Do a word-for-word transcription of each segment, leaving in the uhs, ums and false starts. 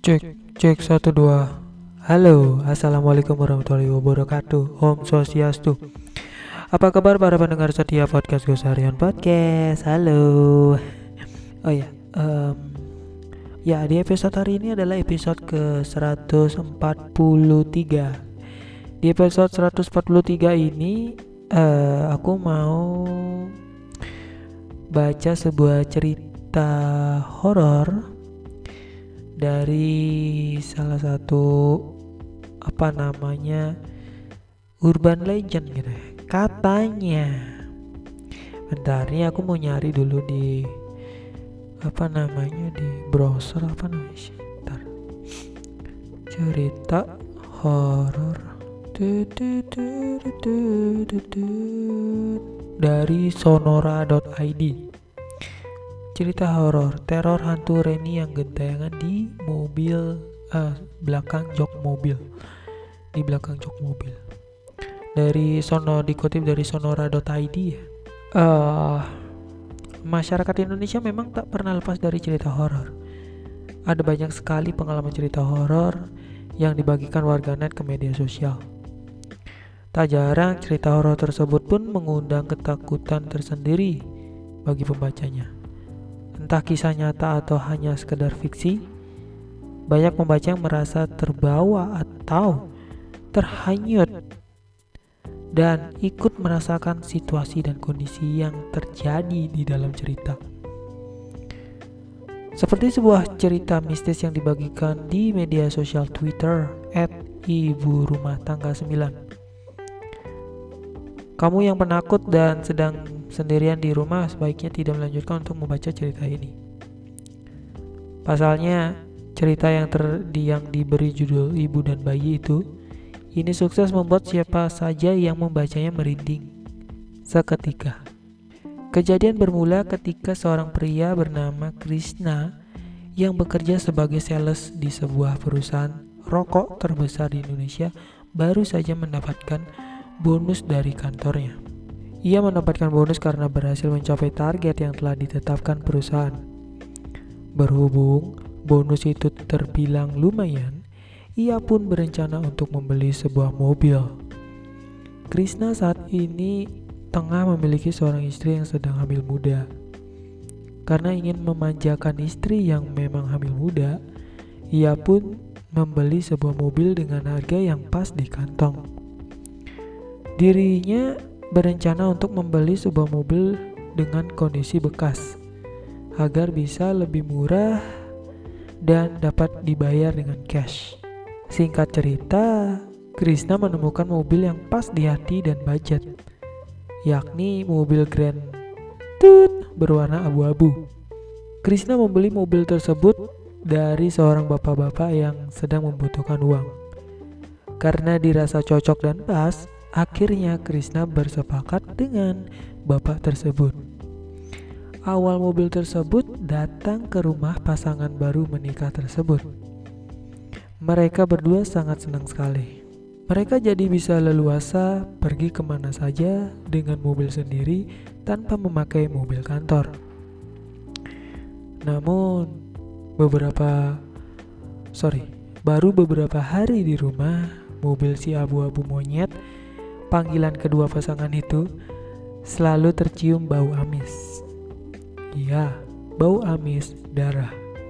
Cek, cek satu dua. Halo, assalamualaikum warahmatullahi wabarakatuh. Om Swastiastu. Apa kabar para pendengar setia podcast Gosarion Podcast? Halo. Oh ya, em, ya di episode hari ini adalah episode ke seratus empat puluh tiga. Di episode seratus empat puluh tiga ini eh, aku mau baca sebuah cerita horor dari salah satu apa namanya urban legend gitu ya. Katanya. Bentar, ini aku mau nyari dulu di apa namanya di browser apa namanya sih. Bentar. Cerita horor dari sonora dot i d. Cerita horor teror hantu Reni yang gentayangan di mobil eh, belakang jok mobil di belakang jok mobil dari sono dikutip dari sonora dot i d ya. Uh, masyarakat Indonesia memang tak pernah lepas dari cerita horor. Ada banyak sekali pengalaman cerita horor yang dibagikan warganet ke media sosial. Tak jarang cerita horor tersebut pun mengundang ketakutan tersendiri bagi pembacanya. Entah kisah nyata atau hanya sekedar fiksi, banyak pembaca yang merasa terbawa atau terhanyut dan ikut merasakan situasi dan kondisi yang terjadi di dalam cerita. Seperti sebuah cerita mistis yang dibagikan di media sosial Twitter et ibu rumah tangga sembilan. Kamu yang penakut dan sedang sendirian di rumah sebaiknya tidak melanjutkan untuk membaca cerita ini. Pasalnya, cerita yang ter yang diberi judul Ibu dan Bayi itu ini sukses membuat siapa saja yang membacanya merinding seketika. Kejadian bermula ketika seorang pria bernama Krishna yang bekerja sebagai sales di sebuah perusahaan rokok terbesar di Indonesia baru saja mendapatkan bonus dari kantornya. Ia mendapatkan bonus karena berhasil mencapai target yang telah ditetapkan perusahaan. Berhubung bonus itu terbilang lumayan, ia pun berencana untuk membeli sebuah mobil. Krishna saat ini tengah memiliki seorang istri yang sedang hamil muda. Karena ingin memanjakan istri yang memang hamil muda, ia pun membeli sebuah mobil dengan harga yang pas di kantong. Dirinya berencana untuk membeli sebuah mobil dengan kondisi bekas agar bisa lebih murah dan dapat dibayar dengan cash. Singkat cerita, Krishna menemukan mobil yang pas di hati dan budget, yakni mobil Grand Tut berwarna abu-abu. Krishna membeli mobil tersebut dari seorang bapak-bapak yang sedang membutuhkan uang. Karena dirasa cocok dan pas, akhirnya Krishna bersepakat dengan bapak tersebut. Awal mobil tersebut datang ke rumah pasangan baru menikah tersebut. Mereka berdua sangat senang sekali. Mereka jadi bisa leluasa pergi kemana saja dengan mobil sendiri tanpa memakai mobil kantor. Namun beberapa sorry baru beberapa hari di rumah, mobil si abu-abu monyet panggilan kedua pasangan itu selalu tercium bau amis. Iya, bau amis darah.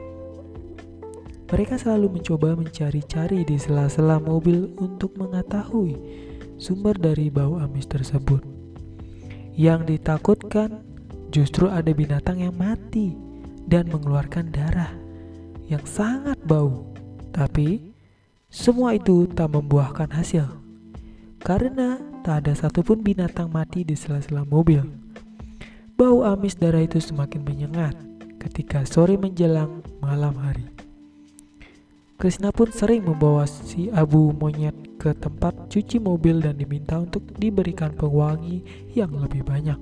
Mereka selalu mencoba mencari-cari di sela-sela mobil untuk mengetahui sumber dari bau amis tersebut. Yang ditakutkan justru ada binatang yang mati dan mengeluarkan darah yang sangat bau. Tapi semua itu tak membuahkan hasil, karena tak ada satupun binatang mati di sela-sela mobil. Bau amis darah itu semakin menyengat ketika sore menjelang malam hari. Krishna pun sering membawa si abu monyet ke tempat cuci mobil dan diminta untuk diberikan pewangi yang lebih banyak.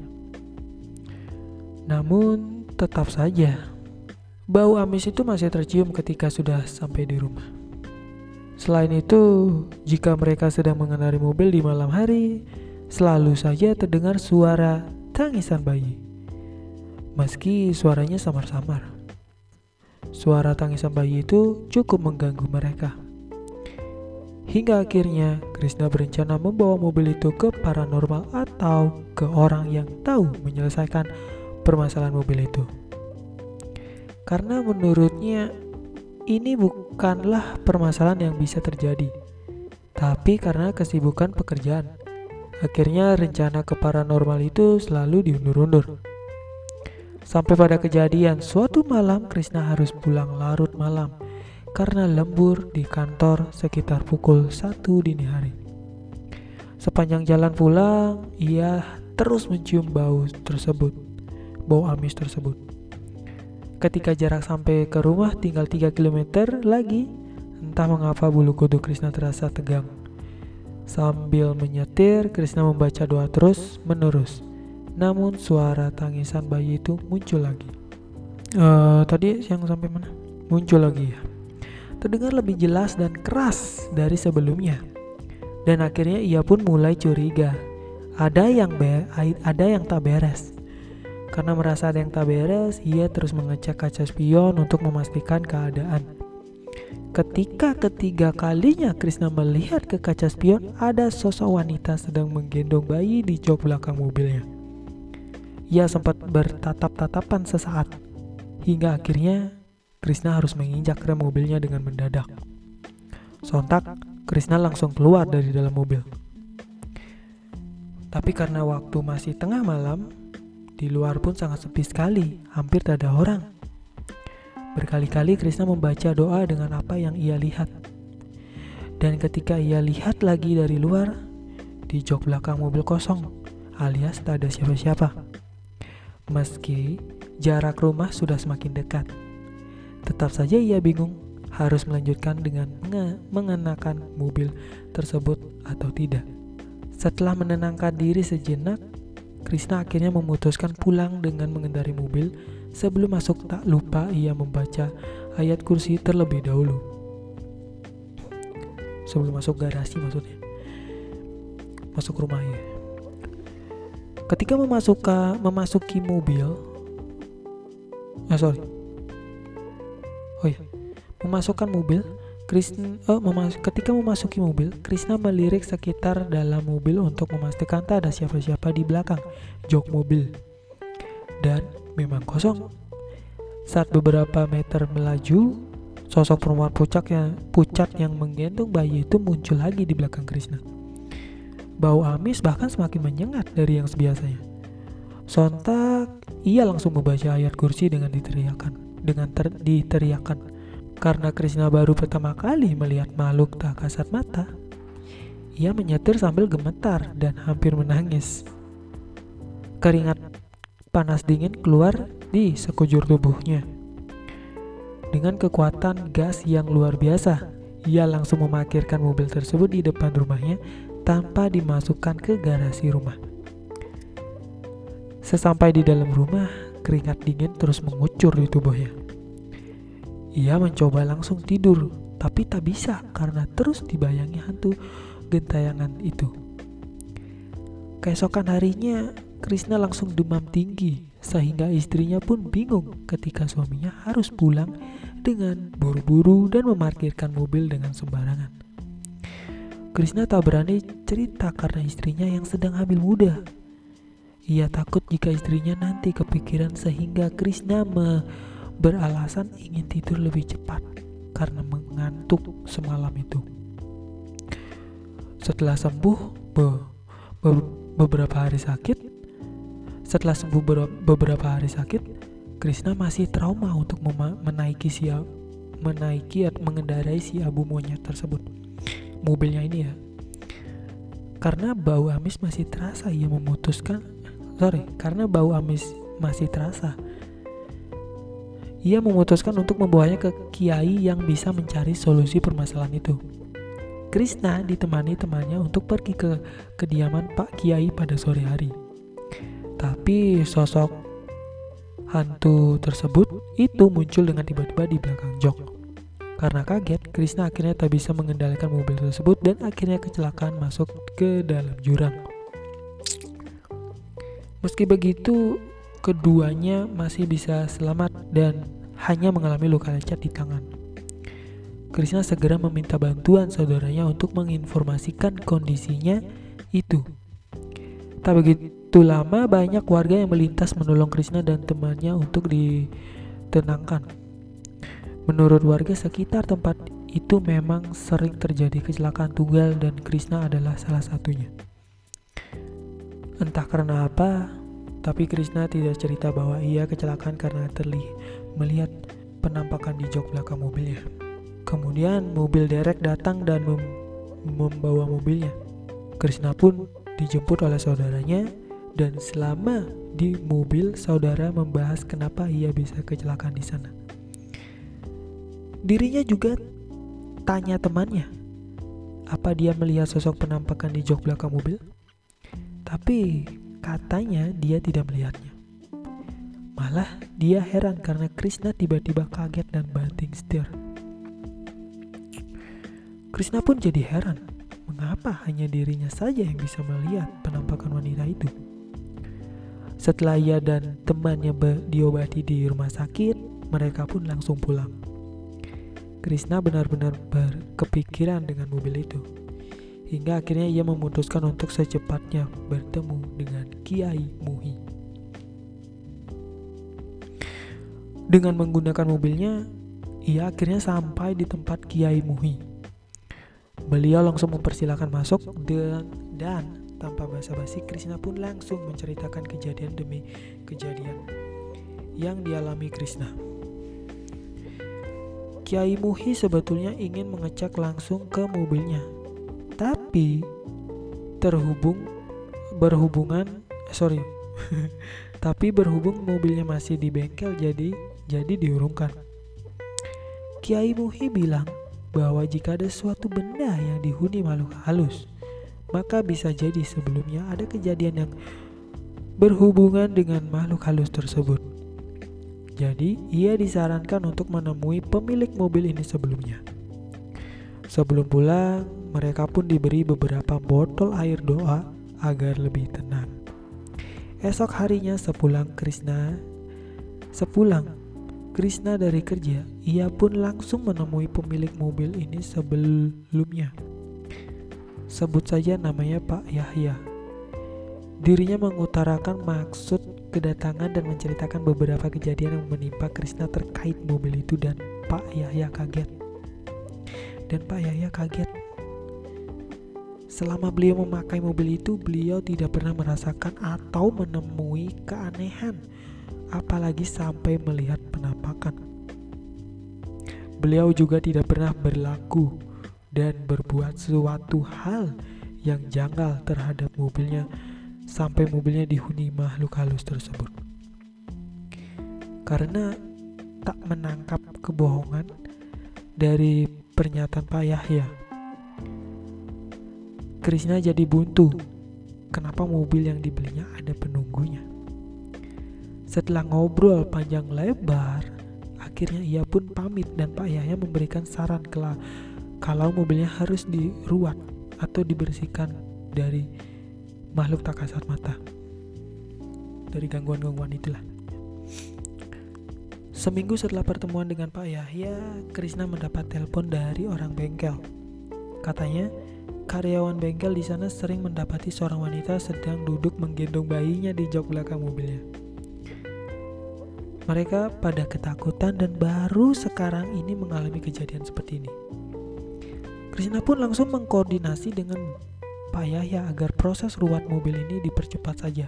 Namun tetap saja bau amis itu masih tercium ketika sudah sampai di rumah. Selain itu, jika mereka sedang mengendarai mobil di malam hari, selalu saja terdengar suara tangisan bayi, meski suaranya samar-samar. Suara tangisan bayi itu cukup mengganggu mereka. Hingga akhirnya Krishna berencana membawa mobil itu ke paranormal atau ke orang yang tahu menyelesaikan permasalahan mobil itu. Karena menurutnya ini bukanlah permasalahan yang bisa terjadi, tapi karena kesibukan pekerjaan, akhirnya rencana ke paranormal itu selalu diundur-undur. Sampai pada kejadian suatu malam Krishna harus pulang larut malam karena lembur di kantor sekitar pukul satu dini hari. Sepanjang jalan pulang, ia terus mencium bau tersebut, bau amis tersebut. Ketika jarak sampai ke rumah tinggal tiga kilometer lagi, entah mengapa bulu kuduk Krishna terasa tegang. Sambil menyetir, Krishna membaca doa terus menerus. Namun suara tangisan bayi itu muncul lagi. Uh, tadi yang sampai mana? Muncul lagi ya. Terdengar lebih jelas dan keras dari sebelumnya. Dan akhirnya ia pun mulai curiga. Ada yang be- ada yang tak beres. Karena merasa ada yang tak beres, ia terus mengecek kaca spion untuk memastikan keadaan. Ketika ketiga kalinya Krishna melihat ke kaca spion, ada sosok wanita sedang menggendong bayi di jok belakang mobilnya. Ia sempat bertatap-tatapan sesaat, hingga akhirnya Krishna harus menginjak rem mobilnya dengan mendadak. Sontak, Krishna langsung keluar dari dalam mobil. Tapi karena waktu masih tengah malam, di luar pun sangat sepi sekali, hampir tak ada orang. Berkali-kali Krishna membaca doa dengan apa yang ia lihat. Dan ketika ia lihat lagi dari luar, di jok belakang mobil kosong, alias tak ada siapa-siapa. Meski jarak rumah sudah semakin dekat, tetap saja ia bingung harus melanjutkan dengan mengenakan mobil tersebut atau tidak. Setelah menenangkan diri sejenak, Krishna akhirnya memutuskan pulang dengan mengendari mobil. Sebelum masuk tak lupa ia membaca ayat kursi terlebih dahulu. Sebelum masuk garasi maksudnya. Masuk rumah ya. Ketika memasuka, memasuki mobil Ah sorry Oh ya Memasukkan mobil Krishna, oh, memas- ketika memasuki mobil, Krishna melirik sekitar dalam mobil untuk memastikan tak ada siapa-siapa di belakang jok mobil. Dan memang kosong. Saat beberapa meter melaju, sosok perempuan pucat yang, pucat yang menggendong bayi itu muncul lagi di belakang Krishna. Bau amis bahkan semakin menyengat dari yang biasanya. Sontak, ia langsung membaca ayat kursi dengan diteriakan, dengan ter- diteriakan. Karena Krishna baru pertama kali melihat makhluk tak kasat mata, ia menyetir sambil gemetar dan hampir menangis. Keringat panas dingin keluar di sekujur tubuhnya. Dengan kekuatan gas yang luar biasa, ia langsung memarkirkan mobil tersebut di depan rumahnya tanpa dimasukkan ke garasi rumah. Sesampai di dalam rumah, keringat dingin terus mengucur di tubuhnya. Ia mencoba langsung tidur, tapi tak bisa karena terus dibayangi hantu gentayangan itu. Keesokan harinya, Krishna langsung demam tinggi, sehingga istrinya pun bingung ketika suaminya harus pulang dengan buru-buru dan memarkirkan mobil dengan sembarangan. Krishna tak berani cerita karena istrinya yang sedang hamil muda. Ia takut jika istrinya nanti kepikiran sehingga Krishna me- beralasan ingin tidur lebih cepat karena mengantuk semalam itu. Setelah sembuh be- be- beberapa hari sakit, setelah sembuh ber- beberapa hari sakit, Krishna masih trauma untuk mema- menaiki si menaiki atau mengendarai si abu monyet tersebut. Mobilnya ini ya. Karena bau amis masih terasa, ia memutuskan sorry, karena bau amis masih terasa. Ia memutuskan untuk membawanya ke kiai yang bisa mencari solusi permasalahan itu. Krishna ditemani temannya untuk pergi ke kediaman Pak Kiai pada sore hari. Tapi sosok hantu tersebut itu muncul dengan tiba-tiba di belakang jok. Karena kaget, Krishna akhirnya tak bisa mengendalikan mobil tersebut dan akhirnya kecelakaan masuk ke dalam jurang. Meski begitu, keduanya masih bisa selamat dan hanya mengalami luka lecet di tangan. Krishna segera meminta bantuan saudaranya untuk menginformasikan kondisinya itu. Tak begitu lama banyak warga yang melintas menolong Krishna dan temannya untuk ditenangkan. Menurut warga sekitar tempat itu memang sering terjadi kecelakaan tunggal dan Krishna adalah salah satunya. Entah karena apa, tapi Krishna tidak cerita bahwa ia kecelakaan karena terlihat melihat penampakan di jok belakang mobilnya. Kemudian mobil derek datang dan mem- membawa mobilnya. Krishna pun dijemput oleh saudaranya dan selama di mobil saudara membahas kenapa ia bisa kecelakaan di sana. Dirinya juga tanya temannya, apa dia melihat sosok penampakan di jok belakang mobil? Tapi katanya dia tidak melihatnya. Malah dia heran karena Krishna tiba-tiba kaget dan banting setir. Krishna pun jadi heran, mengapa hanya dirinya saja yang bisa melihat penampakan wanita itu. Setelah ia dan temannya diobati di rumah sakit, mereka pun langsung pulang. Krishna benar-benar berkepikiran dengan mobil itu, hingga akhirnya ia memutuskan untuk secepatnya bertemu dengan Kiai Muhi. Dengan menggunakan mobilnya, ia akhirnya sampai di tempat Kiai Muhi. Beliau langsung mempersilahkan masuk dan, dan tanpa basa-basi Krishna pun langsung menceritakan kejadian demi kejadian yang dialami Krishna. Kiai Muhi sebetulnya ingin mengecek langsung ke mobilnya, tapi terhubung berhubungan sorry tapi berhubung mobilnya masih di bengkel jadi jadi diurungkan. Kiai Muhi bilang bahwa jika ada suatu benda yang dihuni makhluk halus, maka bisa jadi sebelumnya ada kejadian yang berhubungan dengan makhluk halus tersebut. Jadi ia disarankan untuk menemui pemilik mobil ini sebelumnya. Sebelum pulang, mereka pun diberi beberapa botol air doa agar lebih tenang. Esok harinya sepulang Krishna Sepulang Krishna dari kerja, ia pun langsung menemui pemilik mobil ini sebelumnya. Sebut saja namanya Pak Yahya. Dirinya mengutarakan maksud kedatangan dan menceritakan beberapa kejadian yang menimpa Krishna terkait mobil itu dan Pak Yahya kaget. Dan Pak Yahya kaget. Selama beliau memakai mobil itu, beliau tidak pernah merasakan atau menemui keanehan, apalagi sampai melihat penampakan. Beliau juga tidak pernah berlaku dan berbuat suatu hal yang janggal terhadap mobilnya sampai mobilnya dihuni makhluk halus tersebut. Karena tak menangkap kebohongan dari pernyataan Pak Yahya, Krishna jadi buntu. Kenapa mobil yang dibelinya ada penunggunya? Setelah ngobrol panjang lebar, akhirnya ia pun pamit dan Pak Yahya memberikan saran kalau mobilnya harus diruat atau dibersihkan dari makhluk tak kasat mata, dari gangguan-gangguan itulah. Seminggu setelah pertemuan dengan Pak Yahya, Krishna mendapat telepon dari orang bengkel. Katanya, karyawan bengkel di sana sering mendapati seorang wanita sedang duduk menggendong bayinya di jok belakang mobilnya. Mereka pada ketakutan dan baru sekarang ini mengalami kejadian seperti ini. Krishna pun langsung mengkoordinasi dengan Pak Yahya agar proses ruat mobil ini dipercepat saja.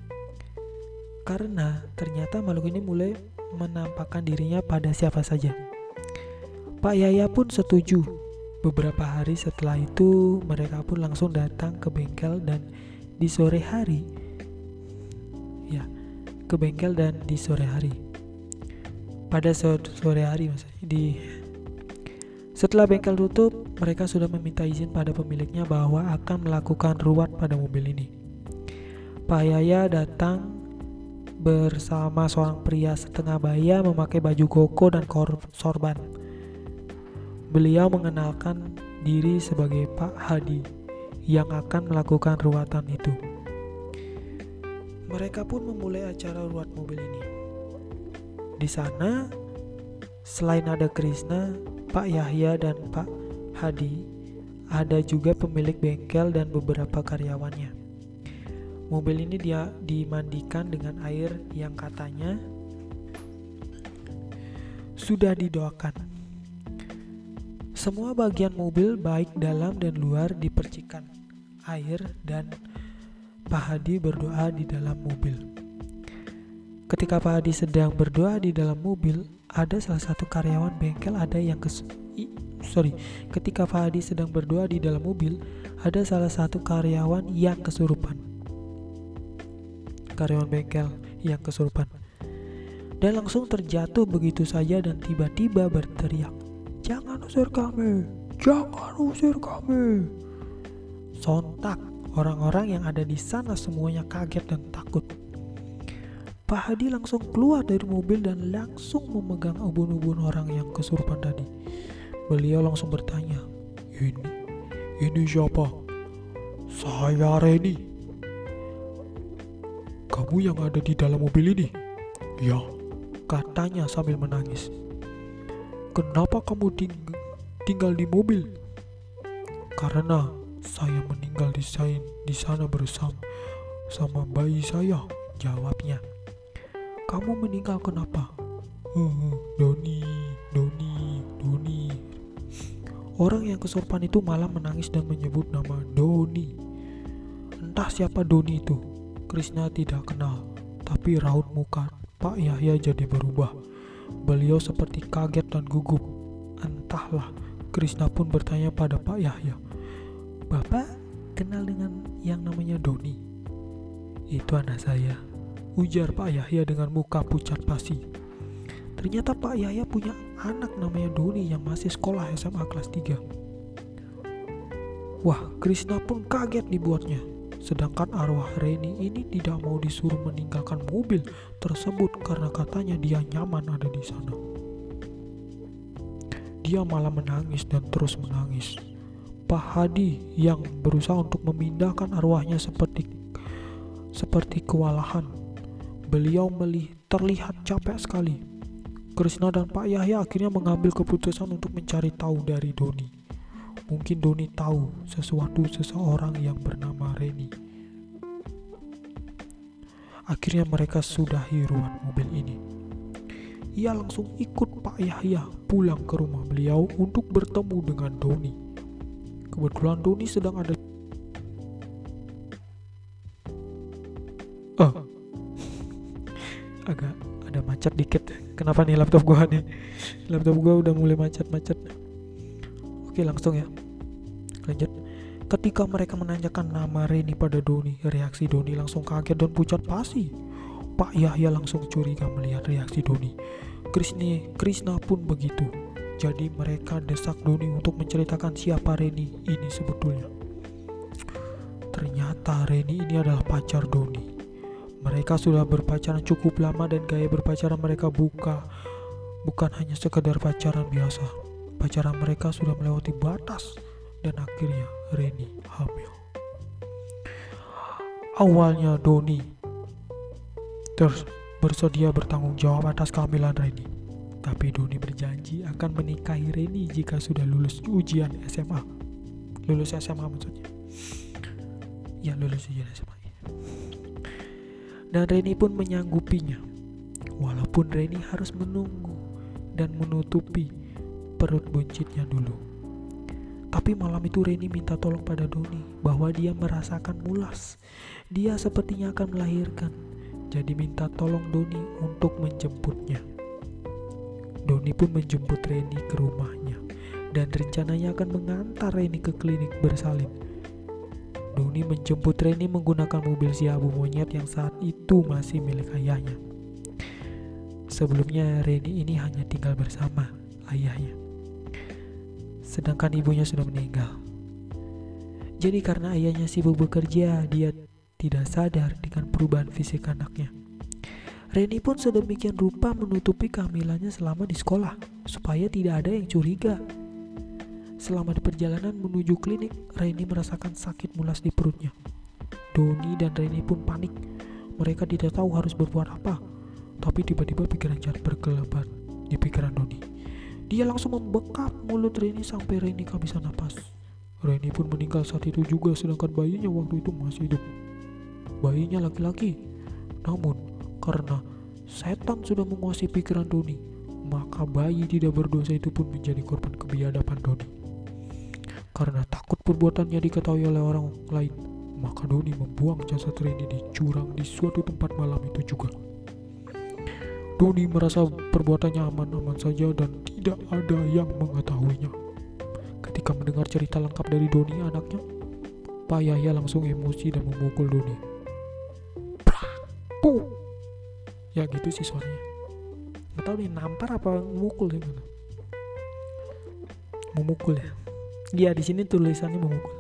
Karena ternyata makhluk ini mulai menampakkan dirinya pada siapa saja. Pak Yahya pun setuju. Beberapa hari setelah itu mereka pun langsung datang ke bengkel dan di sore hari ya ke bengkel dan di sore hari pada sore hari maksudnya di setelah bengkel tutup, mereka sudah meminta izin pada pemiliknya bahwa akan melakukan ruat pada mobil ini. Pak Yahya datang bersama seorang pria setengah baya memakai baju koko dan kor- sorban. Beliau mengenalkan diri sebagai Pak Hadi yang akan melakukan ruatan itu. Mereka pun memulai acara ruat mobil ini. Di sana, Selain ada Krishna, Pak Yahya dan Pak Hadi, ada juga pemilik bengkel dan beberapa karyawannya. Mobil ini dia dimandikan dengan air yang katanya sudah didoakan. Semua bagian mobil baik dalam dan luar dipercikan air dan Pak Hadi berdoa di dalam mobil. Ketika Pak Hadi sedang berdoa di dalam mobil, ada salah satu karyawan bengkel ada yang kes I, sorry. Ketika Pak Hadi sedang berdoa di dalam mobil, ada salah satu karyawan yang kesurupan. Karyawan bengkel yang kesurupan. Dan langsung terjatuh begitu saja dan tiba-tiba berteriak, "Jangan usir kami! Jangan usir kami!" Sontak orang-orang yang ada di sana semuanya kaget dan takut. Pak Hadi langsung keluar dari mobil dan langsung memegang ubun-ubun orang yang kesurupan tadi. Beliau langsung bertanya, Ini, ini siapa? Saya Reni. Kamu yang ada di dalam mobil ini? Ya, katanya sambil menangis. Kenapa kamu ting- tinggal di mobil? Karena saya meninggal di, sa- di sana bersama sama bayi saya, jawabnya. Kamu meninggal kenapa? Uh, Doni, Doni, Doni. Orang yang kesurupan itu malah menangis dan menyebut nama Doni. Entah siapa Doni itu, Krishna tidak kenal. Tapi raut muka Pak Yahya jadi berubah. Beliau seperti kaget dan gugup. Entahlah, Krishna pun bertanya pada Pak Yahya, Bapak kenal dengan yang namanya Doni? Itu anak saya, ujar Pak Yahya dengan muka pucat pasi. Ternyata Pak Yahya punya anak namanya Doni yang masih sekolah S M A kelas tiga. Wah, Krishna pun kaget dibuatnya. Sedangkan arwah Reni ini tidak mau disuruh meninggalkan mobil tersebut karena katanya dia nyaman ada di sana. Dia malah menangis dan terus menangis. Pak Hadi yang berusaha untuk memindahkan arwahnya seperti seperti kewalahan. Beliau melih, terlihat capek sekali. Krishna dan Pak Yahya akhirnya mengambil keputusan untuk mencari tahu dari Doni. Mungkin Doni tahu sesuatu seseorang yang bernama Reni. Akhirnya mereka sudahi ruang mobil ini. Ia langsung ikut Pak Yahya pulang ke rumah beliau untuk bertemu dengan Doni. Kebetulan Doni sedang ada Oh, agak ada macet dikit. Kenapa nih laptop gua nih? Laptop gua udah mulai macet-macet. Oke, langsung ya. Lanjut. Ketika mereka menanyakan nama Reni pada Doni, reaksi Doni langsung kaget dan pucat pasi. Pak Yahya langsung curiga melihat reaksi Doni. Krishna, Krishna pun begitu. Jadi mereka desak Doni untuk menceritakan siapa Reni ini sebetulnya. Ternyata Reni ini adalah pacar Doni. Mereka sudah berpacaran cukup lama dan gaya berpacaran mereka buka bukan hanya sekedar pacaran biasa. Pacaran mereka sudah melewati batas dan akhirnya Reni hamil. Awalnya Doni terus bersedia bertanggung jawab atas kehamilan Reni. Tapi Doni berjanji akan menikahi Reni jika sudah lulus ujian S M A. Lulus S M A maksudnya. Ya, lulus ujian S M A. Dan Reni pun menyanggupinya. Walaupun Reni harus menunggu dan menutupi perut buncitnya dulu. Tapi malam itu Reni minta tolong pada Doni bahwa dia merasakan mulas. Dia sepertinya akan melahirkan. Jadi minta tolong Doni untuk menjemputnya. Doni pun menjemput Reni ke rumahnya dan rencananya akan mengantar Reni ke klinik bersalin. Doni menjemput Reni menggunakan mobil si abu monyet yang saat itu masih milik ayahnya. Sebelumnya Reni ini hanya tinggal bersama ayahnya, sedangkan ibunya sudah meninggal. Jadi karena ayahnya sibuk bekerja, dia tidak sadar dengan perubahan fisik anaknya. Reni pun sedemikian rupa menutupi kehamilannya selama di sekolah, supaya tidak ada yang curiga. Selama di perjalanan menuju klinik, Reni merasakan sakit mulas di perutnya. Doni dan Reni pun panik. Mereka tidak tahu harus berbuat apa. Tapi tiba-tiba pikiran jahat berkelebat di pikiran Doni. Dia langsung membekap mulut Reni sampai Reni kehabisan napas. Reni pun meninggal saat itu juga, sedangkan bayinya waktu itu masih hidup. Bayinya laki-laki. Namun karena setan sudah menguasai pikiran Doni, maka bayi tidak berdosa itu pun menjadi korban kebiadaban Doni. Karena takut perbuatannya diketahui oleh orang lain, maka Doni membuang jasad Reni di jurang di suatu tempat malam itu juga. Doni merasa perbuatannya aman-aman saja dan tidak ada yang mengetahuinya. Ketika mendengar cerita lengkap dari Doni anaknya, Pak Yahya langsung emosi dan memukul Doni. Puh. Ya gitu sih suaranya. Gak tau nih nampar apa memukul ya. Memukul ya. Dia di sini tulisannya memukul.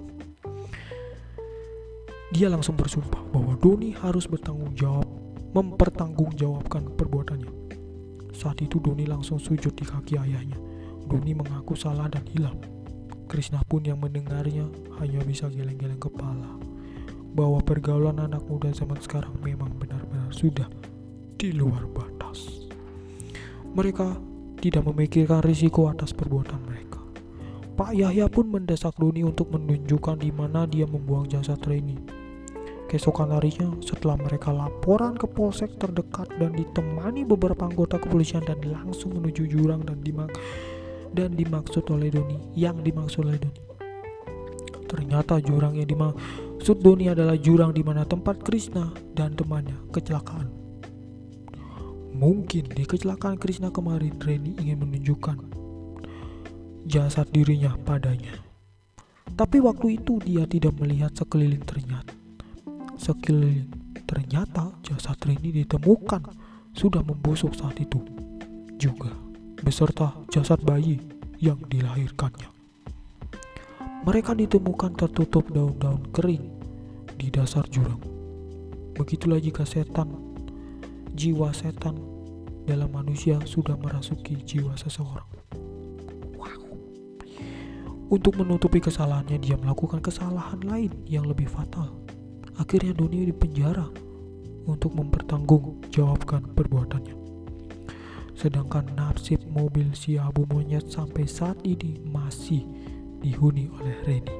Dia langsung bersumpah bahwa Doni harus bertanggung jawab, mempertanggungjawabkan perbuatannya. Saat itu Doni langsung sujud di kaki ayahnya. Doni mengaku salah dan hilang. Krishna pun yang mendengarnya hanya bisa geleng-geleng kepala, bahwa pergaulan anak muda zaman sekarang memang benar-benar sudah di luar batas. Mereka tidak memikirkan risiko atas perbuatan mereka. Pak Yahya pun mendesak Doni untuk menunjukkan di mana dia membuang jasad Reni. Keesokan harinya, setelah mereka laporan ke polsek terdekat dan ditemani beberapa anggota kepolisian dan langsung menuju jurang dan dimak dan dimaksud oleh Doni, yang dimaksud oleh Doni. Ternyata jurang yang dimaksud Doni adalah jurang di mana tempat Krishna dan temannya kecelakaan. Mungkin di kecelakaan Krishna kemarin Reni ingin menunjukkan jasad dirinya padanya. Tapi waktu itu dia tidak melihat sekeliling ternyata. Sekeliling ternyata jasad Reni ditemukan sudah membusuk saat itu juga, beserta jasad bayi yang dilahirkannya. Mereka ditemukan tertutup daun-daun kering di dasar jurang. Begitulah jika setan, jiwa setan dalam manusia sudah merasuki jiwa seseorang. Wow. Untuk menutupi kesalahannya, dia melakukan kesalahan lain yang lebih fatal. Akhirnya Doni dipenjara untuk mempertanggungjawabkan perbuatannya. Sedangkan nasib mobil si Abu Monyet sampai saat ini masih dihuni oleh Reni.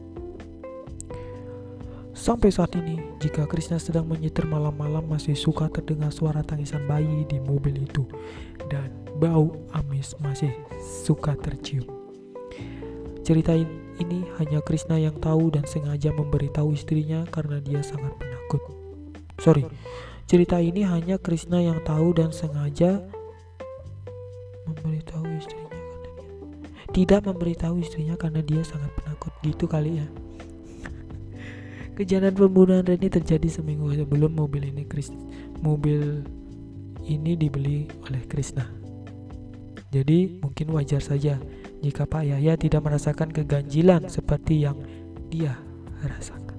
Sampai saat ini, jika Krishna sedang menyetir malam-malam, masih suka terdengar suara tangisan bayi di mobil itu, dan bau amis masih suka tercium. Cerita ini hanya Krishna yang tahu dan sengaja memberitahu istrinya karena dia sangat penakut. Sorry, cerita ini hanya Krishna yang tahu dan sengaja memberitahu istrinya karena dia tidak memberitahu istrinya karena dia sangat penakut, gitu kali ya. Kejadian pembunuhan Reni terjadi seminggu sebelum mobil ini Chris, mobil ini dibeli oleh Krishna. Jadi mungkin wajar saja jika Pak Yahya tidak merasakan keganjilan seperti yang dia rasakan.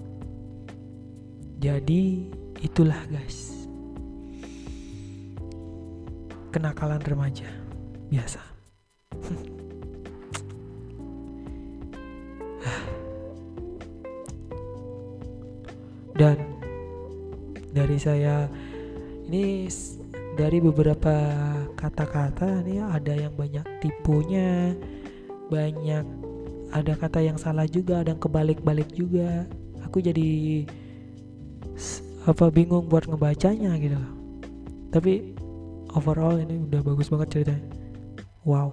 Jadi itulah guys, kenakalan remaja biasa. Dan dari saya ini, dari beberapa kata-kata nih, ada yang banyak tipunya, banyak ada kata yang salah juga, ada yang kebalik-balik juga. Aku jadi apa bingung buat ngebacanya gitu. Tapi overall ini udah bagus banget ceritanya. Wow.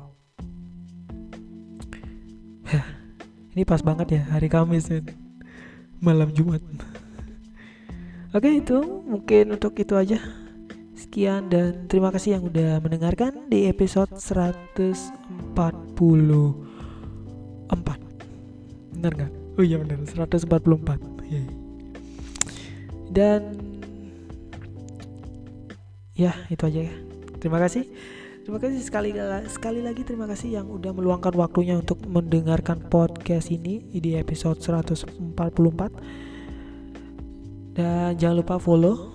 Hah, ini pas banget ya hari Kamis ya, malam Jumat. Oke, itu mungkin untuk itu aja. Sekian dan terima kasih yang udah mendengarkan di episode seratus empat puluh empat. Benar gak? Oh iya benar, seratus empat puluh empat. Dan ya itu aja ya. Terima kasih. Terima kasih sekali sekali lagi terima kasih yang udah meluangkan waktunya untuk mendengarkan podcast ini di episode seratus empat puluh empat. Dan jangan lupa follow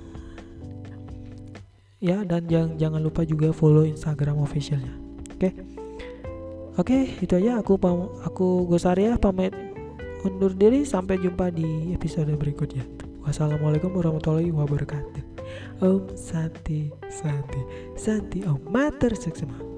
ya, dan jangan jangan lupa juga follow Instagram officialnya. Oke, okay? oke okay, itu aja. Aku aku Gosaria pamit undur diri. Sampai jumpa di episode berikutnya. Wassalamualaikum warahmatullahi wabarakatuh. Om Santi Santi Santi Om Mater Seksama.